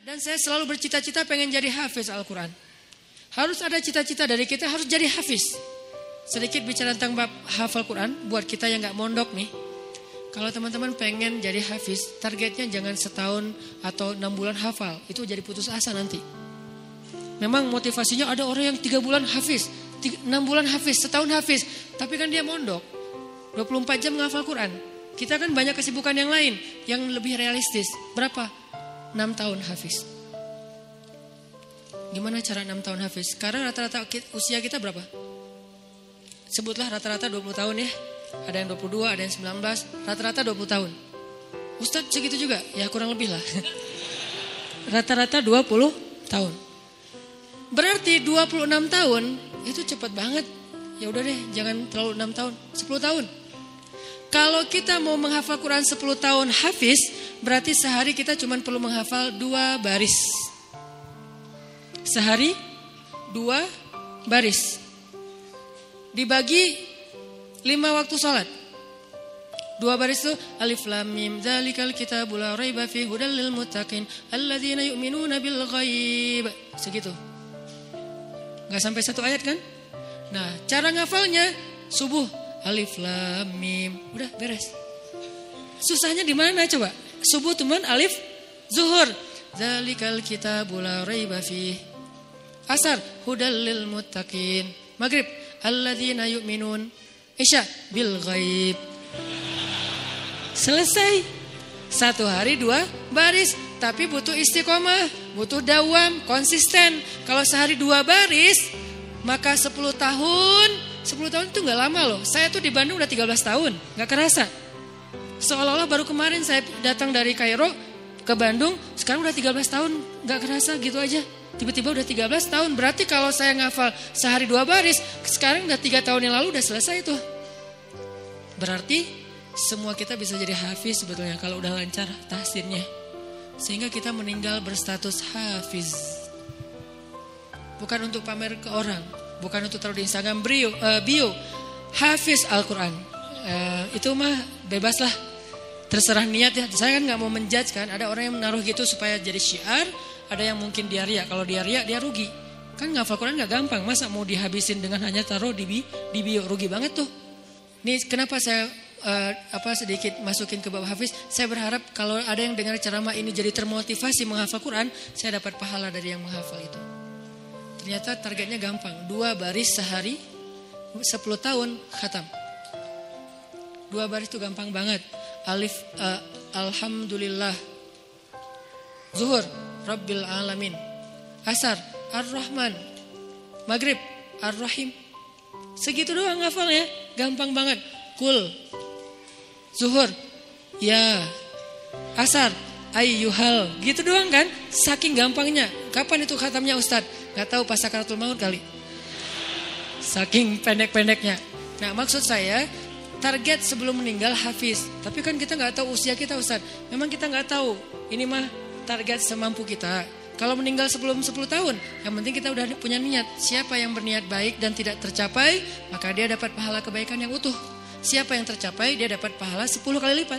Dan saya selalu bercita-cita pengen jadi hafiz Al-Quran. Harus ada cita-cita dari kita, harus jadi hafiz. Sedikit bicara tentang bab hafal Quran, buat kita yang gak mondok nih. Kalau teman-teman pengen jadi hafiz, targetnya jangan setahun atau 6 bulan hafal. Itu jadi putus asa nanti. Memang motivasinya ada orang yang 3 bulan hafiz, 6 bulan hafiz, setahun hafiz. Tapi kan dia mondok, 24 jam menghafal Quran. Kita kan banyak kesibukan yang lain, yang lebih realistis. Berapa? 6 tahun hafiz. Gimana cara 6 tahun hafiz? Sekarang rata-rata usia kita berapa? Sebutlah rata-rata 20 tahun ya. Ada yang 22, ada yang 19. Rata-rata 20 tahun. Ustadz segitu juga? Ya kurang lebih lah. Rata-rata 20 tahun. Berarti 26 tahun itu cepat banget. Ya udah deh, jangan terlalu 6 tahun, 10 tahun. Kalau kita mau menghafal Quran 10 tahun hafiz, berarti sehari kita cuma perlu menghafal 2 baris. Sehari 2 baris. Dibagi 5 waktu sholat. 2 baris itu alif lam mim dzalikal kitabul la raiba fihi hudal lil muttaqin alladzina yu'minuna bil ghaib. Segitu. Enggak sampai 1 ayat kan? Nah, cara ngafalnya subuh alif lam mim, udah beres. Susahnya di mana coba? Subuh teman alif, zuhur dzalikal kitabul la raiba fihi. Asar hudal lil muttaqin. Maghrib alladzina yu'minun. Isya bil ghaib. Selesai. 1 hari 2 baris. Tapi butuh istiqomah, butuh dawam, konsisten. Kalau sehari 2 baris, maka 10 tahun. 10 tahun itu gak lama loh. Saya tuh di Bandung udah 13 tahun, gak kerasa. Seolah-olah baru kemarin saya datang dari Kairo ke Bandung, sekarang udah 13 tahun, gak kerasa gitu aja. Tiba-tiba udah 13 tahun, berarti kalau saya ngafal sehari 2 baris, sekarang udah 3 tahun yang lalu udah selesai tuh. Berarti semua kita bisa jadi hafiz sebetulnya kalau udah lancar tahsinnya. Sehingga kita meninggal berstatus hafiz. Bukan untuk pamer ke orang, bukan untuk taruh di Instagram bio hafiz Al-Quran. Itu mah bebas lah, terserah niat ya. Saya kan gak mau menjudge kan. Ada orang yang menaruh gitu supaya jadi syiar, ada yang mungkin dia riak. Kalau dia riak dia rugi. Kan ngafal Quran gak gampang, masa mau dihabisin dengan hanya taruh di bio, rugi banget tuh. Ini kenapa saya sedikit masukin ke bab hafiz. Saya berharap kalau ada yang dengar ceramah ini jadi termotivasi menghafal Quran, saya dapat pahala dari yang menghafal itu. Ternyata targetnya gampang, 2 baris sehari, 10 tahun khatam. 2 baris itu gampang banget. Alif alhamdulillah. Zuhur Rabbil alamin. Asar Ar-Rahman. Maghrib Ar-Rahim. Segitu doang ngafalnya, gampang banget. Kul Zuhur ya. Asar ayyuhal. Gitu doang kan, saking gampangnya. Kapan itu khatamnya Ustadz? Gak tahu pas sakaratul maut kali. Saking pendek-pendeknya. Nah maksud saya, target sebelum meninggal hafiz. Tapi kan kita gak tahu usia kita Ustadz. Memang kita gak tahu. Ini mah target semampu kita. Kalau meninggal sebelum 10 tahun, yang penting kita udah punya niat. Siapa yang berniat baik dan tidak tercapai, maka dia dapat pahala kebaikan yang utuh. Siapa yang tercapai, dia dapat pahala 10 kali lipat.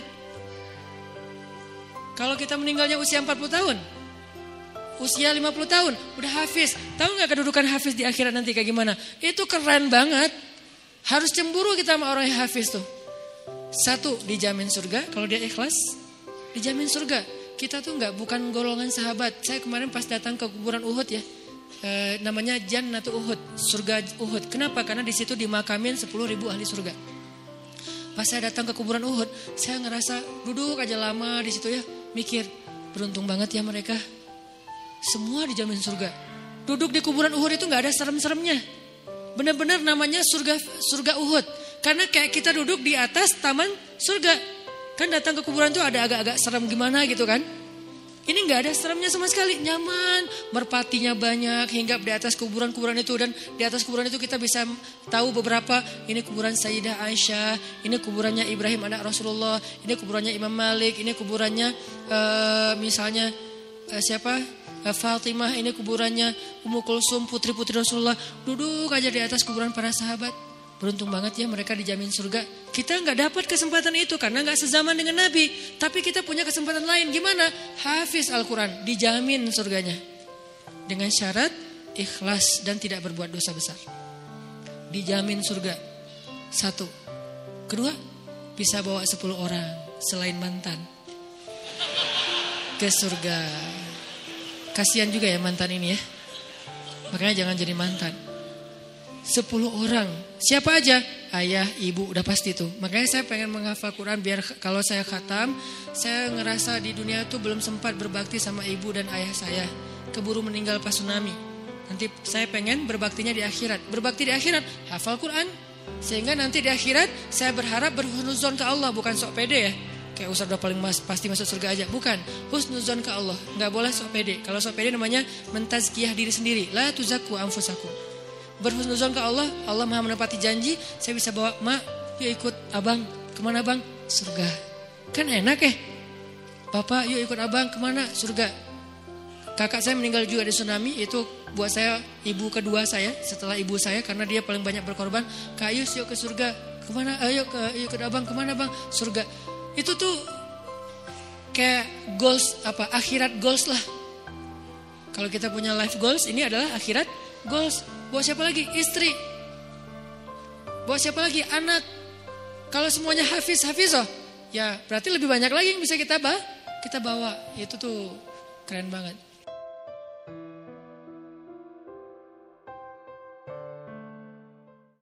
Kalau kita meninggalnya usia 40 tahun, usia 50 tahun, udah hafiz. Tahu gak kedudukan hafiz di akhirat nanti kayak gimana? Itu keren banget. Harus cemburu kita sama orang yang hafiz tuh. 1, dijamin surga. Kalau dia ikhlas, dijamin surga. Kita tuh bukan golongan sahabat. Saya kemarin pas datang ke kuburan Uhud ya, namanya Jannatul Uhud, surga Uhud. Kenapa? Karena di situ dimakamin 10.000 ahli surga. Pas saya datang ke kuburan Uhud, saya ngerasa duduk aja lama di situ ya, mikir beruntung banget ya mereka. Semua dijamin surga. Duduk di kuburan Uhud itu nggak ada serem-seremnya. Benar-benar namanya surga Uhud. Karena kayak kita duduk di atas taman surga. Kan datang ke kuburan itu ada agak-agak serem gimana gitu kan. Ini nggak ada seremnya sama sekali, nyaman, merpatinya banyak hingga di atas kuburan-kuburan itu, dan di atas kuburan itu kita bisa tahu beberapa, ini kuburan Sayyidah Aisyah, ini kuburannya Ibrahim anak Rasulullah, ini kuburannya Imam Malik, ini kuburannya misalnya Fatimah, ini kuburannya Ummu Kulsum, putri-putri Rasulullah. Duduk aja di atas kuburan para sahabat. Beruntung banget ya mereka dijamin surga. Kita nggak dapat kesempatan itu karena nggak sezaman dengan Nabi. Tapi kita punya kesempatan lain. Gimana? Hafiz Al-Quran, dijamin surganya. Dengan syarat ikhlas dan tidak berbuat dosa besar. Dijamin surga. 1. Kedua, bisa bawa 10 orang selain mantan ke surga. Kasihan juga ya mantan ini ya. Makanya jangan jadi mantan. 10 orang. Siapa aja? Ayah, ibu, udah pasti tuh. Makanya saya pengen menghafal Quran biar kalau saya khatam, saya ngerasa di dunia tuh belum sempat berbakti sama ibu dan ayah saya. Keburu meninggal pas tsunami. Nanti saya pengen berbaktinya di akhirat. Berbakti di akhirat, hafal Quran. Sehingga nanti di akhirat saya berharap berhusnuzon ke Allah, bukan sok pede ya. Kayak Ustaz udah paling pasti masuk surga aja. Bukan, husnuzon ke Allah. Gak boleh sok pede. Kalau sok pede namanya mentazkiyah diri sendiri. La tuzakku anfusakum. Berhusnuzon ke Allah, Allah maha menepati janji. Saya bisa bawa, mak, yuk ikut abang. Kemana bang? Surga. Kan enak ya. Bapak, yuk ikut abang. Kemana? Surga. Kakak saya meninggal juga di tsunami. Itu buat saya ibu kedua saya setelah ibu saya, karena dia paling banyak berkorban. Kak Yus, yuk ke surga. Kemana? Ayo ke abang. Kemana bang? Surga. Itu tuh kayak goals, akhirat goals lah. Kalau kita punya life goals, ini adalah akhirat goals. Buat siapa lagi? Istri. Buat siapa lagi? Anak. Kalau semuanya hafizoh, ya berarti lebih banyak lagi yang bisa kita bawa. Itu tuh keren banget.